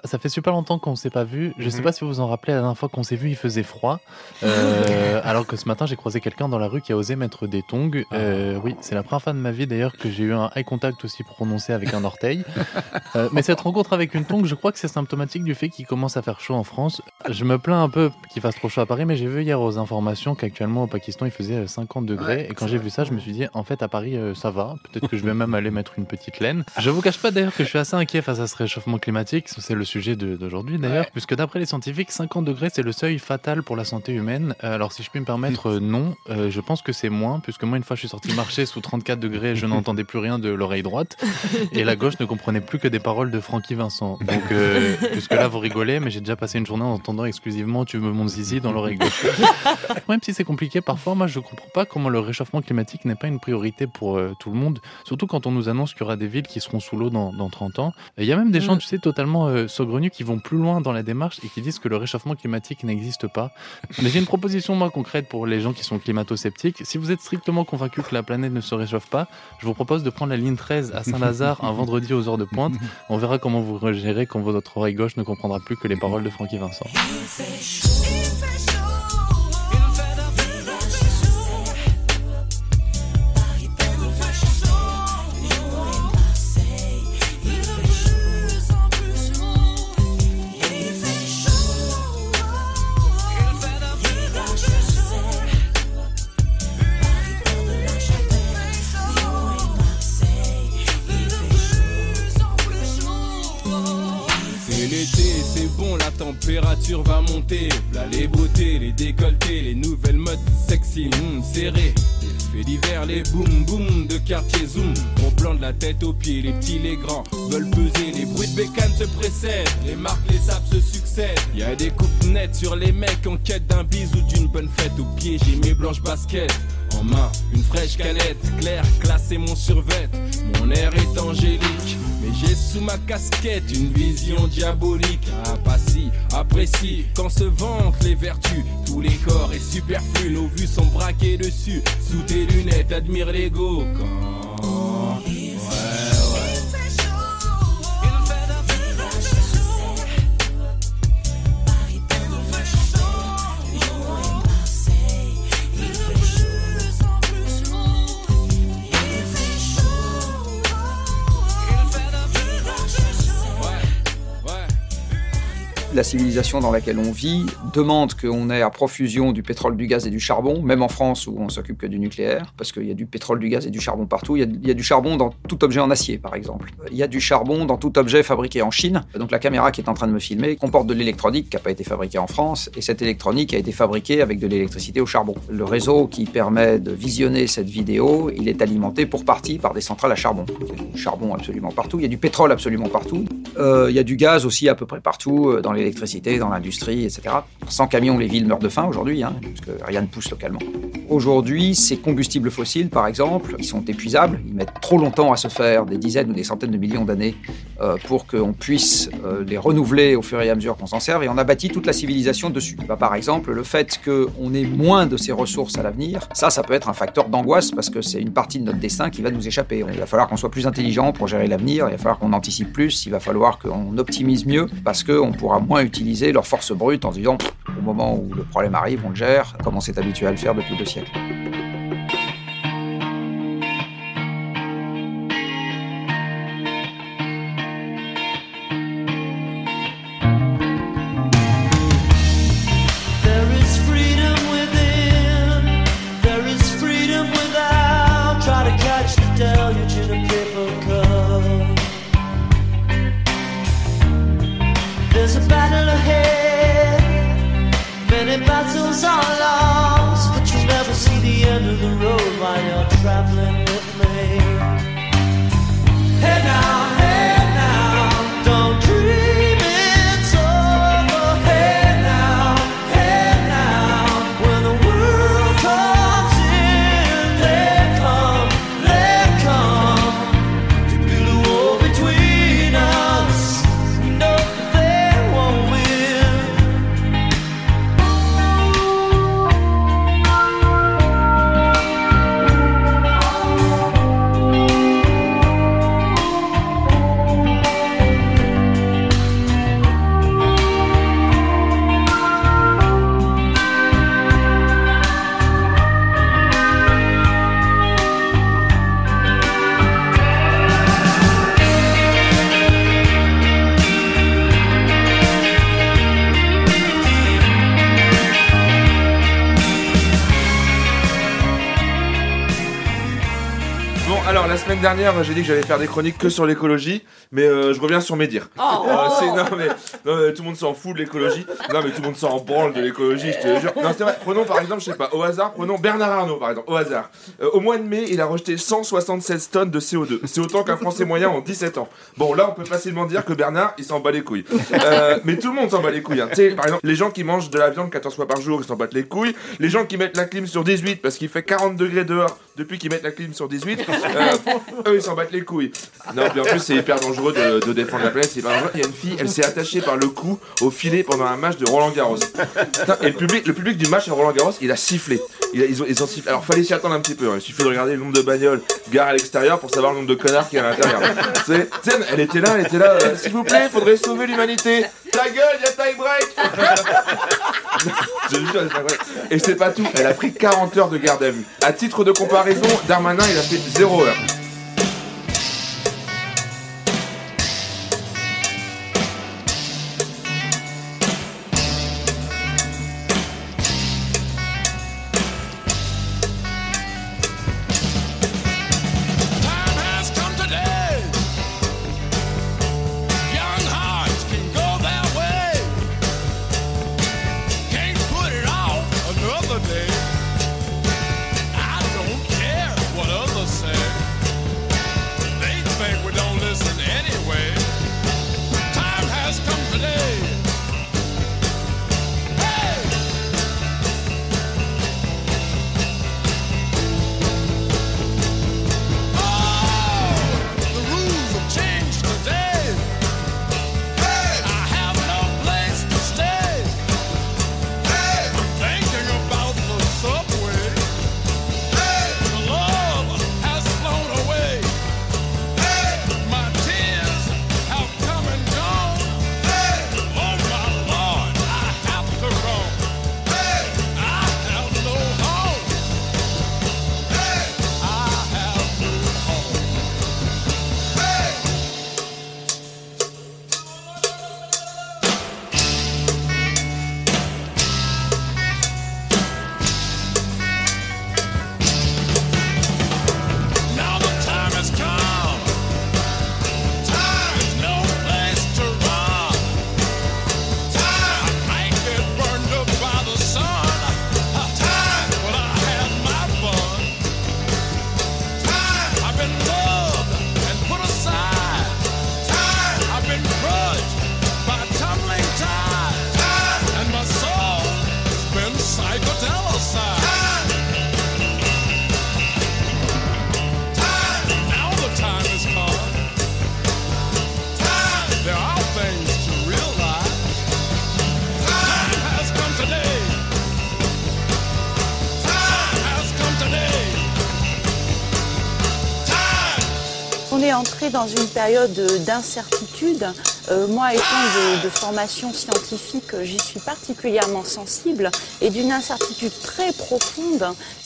Ça fait super longtemps qu'on ne s'est pas vu. Je ne sais pas si vous vous en rappelez, la dernière fois qu'on s'est vu, il faisait froid. Alors que ce matin, j'ai croisé quelqu'un dans la rue qui a osé mettre des tongs. Oui, c'est la première fois de ma vie d'ailleurs que j'ai eu un eye contact aussi prononcé avec un orteil. Mais cette rencontre avec une tongue, je crois que c'est symptomatique du fait qu'il commence à faire chaud en France. Je me plains un peu qu'il fasse trop chaud à Paris, mais j'ai vu hier aux informations qu'actuellement au Pakistan, il faisait 50 degrés. Ouais, et quand j'ai vu ça, je me suis dit, en fait, à Paris, ça va. Peut-être que je vais même aller mettre une petite laine. Je vous cache pas d'ailleurs que je suis assez inquiet face à ce réchauffement climatique. C'est le sujet d'aujourd'hui d'ailleurs, puisque d'après les scientifiques, 50 degrés, c'est le seuil fatal pour la santé humaine. Alors si je puis me permettre, non. Je pense que c'est moins, puisque moi, une fois, je suis sorti marcher sous 34 degrés, je n'entendais plus rien de l'oreille droite. Et la gauche ne comprenait plus que des paroles de Francky Vincent. Donc, puisque là, vous rigolez, mais j'ai déjà passé une journée en entendant exclusivement Tu me montes zizi dans l'oreille gauche. Même si c'est compliqué, parfois, moi, je comprends pas comment le réchauffement climatique n'est pas une priorité pour tout le monde, surtout quand on nous annonce qu'il y aura des villes qui seront sous l'eau dans 30 ans. Il y a même des gens, tu sais, totalement saugrenus qui vont plus loin dans la démarche et qui disent que le réchauffement climatique n'existe pas. Mais j'ai une proposition, moi, concrète pour les gens qui sont climato-sceptiques. Si vous êtes strictement convaincus que la planète ne se réchauffe pas, je vous propose de prendre la ligne 13 à Saint-Lazare un vendredi aux heures de pointe. On verra comment vous gérez quand votre oreille gauche ne comprendra plus que les paroles de Francky Vincent. La température va monter, là les beautés, les décolletés, les nouvelles modes sexy, serrées. Les faits divers, les boum boum de quartier zoom. On plante de la tête aux pieds, les petits, les grands veulent peser. Les bruits de bécane se précèdent, les marques, les sables se succèdent. Y'a des coupes nettes sur les mecs en quête d'un bise ou d'une bonne fête. Au pied j'ai mes blanches baskets, en main une fraîche canette claire, classée mon survêt. Mon air est angélique, mais j'ai sous ma casquette une vision diabolique. Ah pas si, apprécie quand se vantent les vertus. Tous les corps est superflu, nos vues sont braquées dessus. Sous tes lunettes, admire l'ego quand... La civilisation dans laquelle on vit demande qu'on ait à profusion du pétrole, du gaz et du charbon, même en France où on s'occupe que du nucléaire, parce qu'il y a du pétrole, du gaz et du charbon partout. Il y a du charbon dans tout objet en acier, par exemple. Il y a du charbon dans tout objet fabriqué en Chine. Donc la caméra qui est en train de me filmer comporte de l'électronique qui n'a pas été fabriquée en France, et cette électronique a été fabriquée avec de l'électricité au charbon. Le réseau qui permet de visionner cette vidéo, il est alimenté pour partie par des centrales à charbon. Il y a du charbon absolument partout, il y a du pétrole absolument partout. Il y a du gaz aussi à peu près partout, dans l'électricité, dans l'industrie, etc. Sans camions, les villes meurent de faim aujourd'hui, parce que rien ne pousse localement. Aujourd'hui, ces combustibles fossiles, par exemple, ils sont épuisables. Ils mettent trop longtemps à se faire, des dizaines ou des centaines de millions d'années, pour qu'on puisse les renouveler au fur et à mesure qu'on s'en serve. Et on a bâti toute la civilisation dessus. Par exemple, le fait qu'on ait moins de ces ressources à l'avenir, ça peut être un facteur d'angoisse, parce que c'est une partie de notre destin qui va nous échapper. Il va falloir qu'on soit plus intelligent pour gérer l'avenir, il va falloir qu'on anticipe plus, il va falloir qu'on optimise mieux, parce qu'on pourra moins utiliser leur force brute en se disant au moment où le problème arrive, on le gère, comme on s'est habitué à le faire depuis 2 siècles. There's a battle ahead, many battles are lost, but you'll never see the end of the road while you're traveling with me. Hey now, don't dream it's over. Hey now, when the world comes in, they come to build a wall between us. No. semaine dernière, j'ai dit que j'allais faire des chroniques que sur l'écologie, mais je reviens sur mes dires. Non, mais tout le monde s'en fout de l'écologie. Non, mais tout le monde s'en branle de l'écologie, je te jure. Non, c'est vrai. Prenons par exemple, je sais pas, au hasard, prenons Bernard Arnault, par exemple, au hasard. Au mois de mai, il a rejeté 176 tonnes de CO2. C'est autant qu'un Français moyen en 17 ans. Bon, là, on peut facilement dire que Bernard, il s'en bat les couilles. Mais tout le monde s'en bat les couilles. Hein. Tu sais, par exemple, les gens qui mangent de la viande 14 fois par jour, ils s'en battent les couilles. Les gens qui mettent la clim sur 18 parce qu'il fait 40 degrés dehors depuis qu'ils mettent la clim sur 18, eux, ils s'en battent les couilles. Non, puis en plus, c'est hyper dangereux de défendre la planète. C'est hyper dangereux. Il y a une fille, elle s'est attachée par le cou au filet pendant un match de Roland-Garros. Putain, et le public du match de Roland-Garros, il a sifflé. Ils ont sifflé. Alors, fallait s'y attendre un petit peu. Hein. Il suffit de regarder le nombre de bagnoles garées à l'extérieur pour savoir le nombre de connards qu'il y a à l'intérieur. Elle était là, s'il vous plaît, faudrait sauver l'humanité. Ta gueule, y'a tie break. Je jure, c'est pas vrai. Et c'est pas tout, elle a pris 40 heures de garde à vue. À titre de comparaison, Darmanin, il a fait 0 heure. On est entré dans une période d'incertitude. Moi, étant de formation scientifique, j'y suis particulièrement sensible et d'une incertitude très profonde.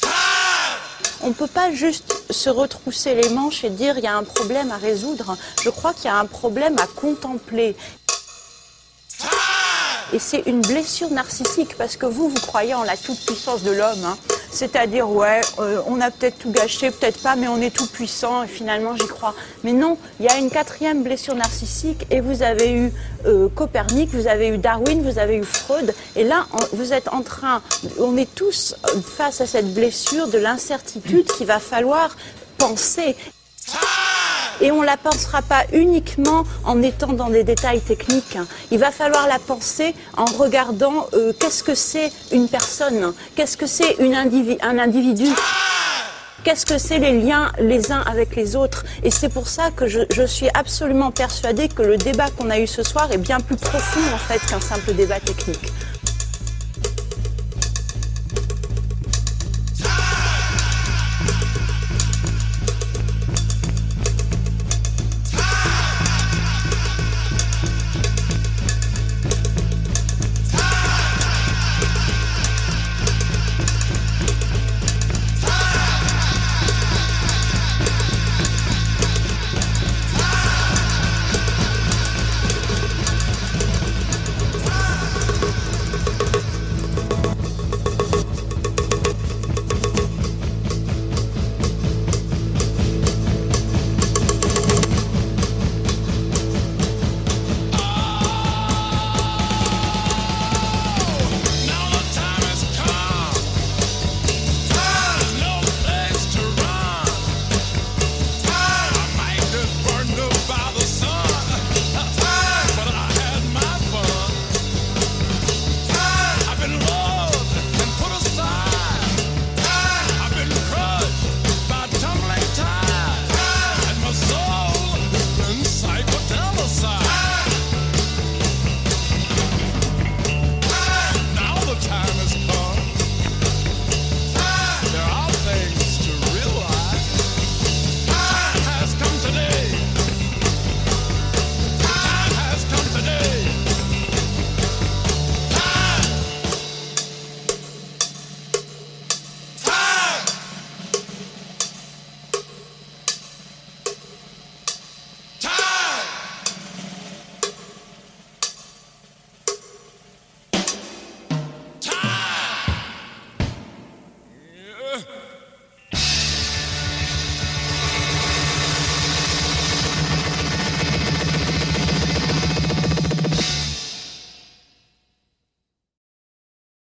On ne peut pas juste se retrousser les manches et dire il y a un problème à résoudre. Je crois qu'il y a un problème à contempler. Et c'est une blessure narcissique parce que vous croyez en la toute-puissance de l'homme. Hein. C'est-à-dire, on a peut-être tout gâché, peut-être pas, mais on est tout puissant et finalement j'y crois. Mais non, il y a une quatrième blessure narcissique et vous avez eu Copernic, vous avez eu Darwin, vous avez eu Freud. Et là, vous êtes en train, on est tous face à cette blessure de l'incertitude qu'il va falloir penser. Et on ne la pensera pas uniquement en étant dans des détails techniques. Il va falloir la penser en regardant qu'est-ce que c'est une personne, qu'est-ce que c'est un individu, qu'est-ce que c'est les liens les uns avec les autres. Et c'est pour ça que je suis absolument persuadée que le débat qu'on a eu ce soir est bien plus profond en fait qu'un simple débat technique.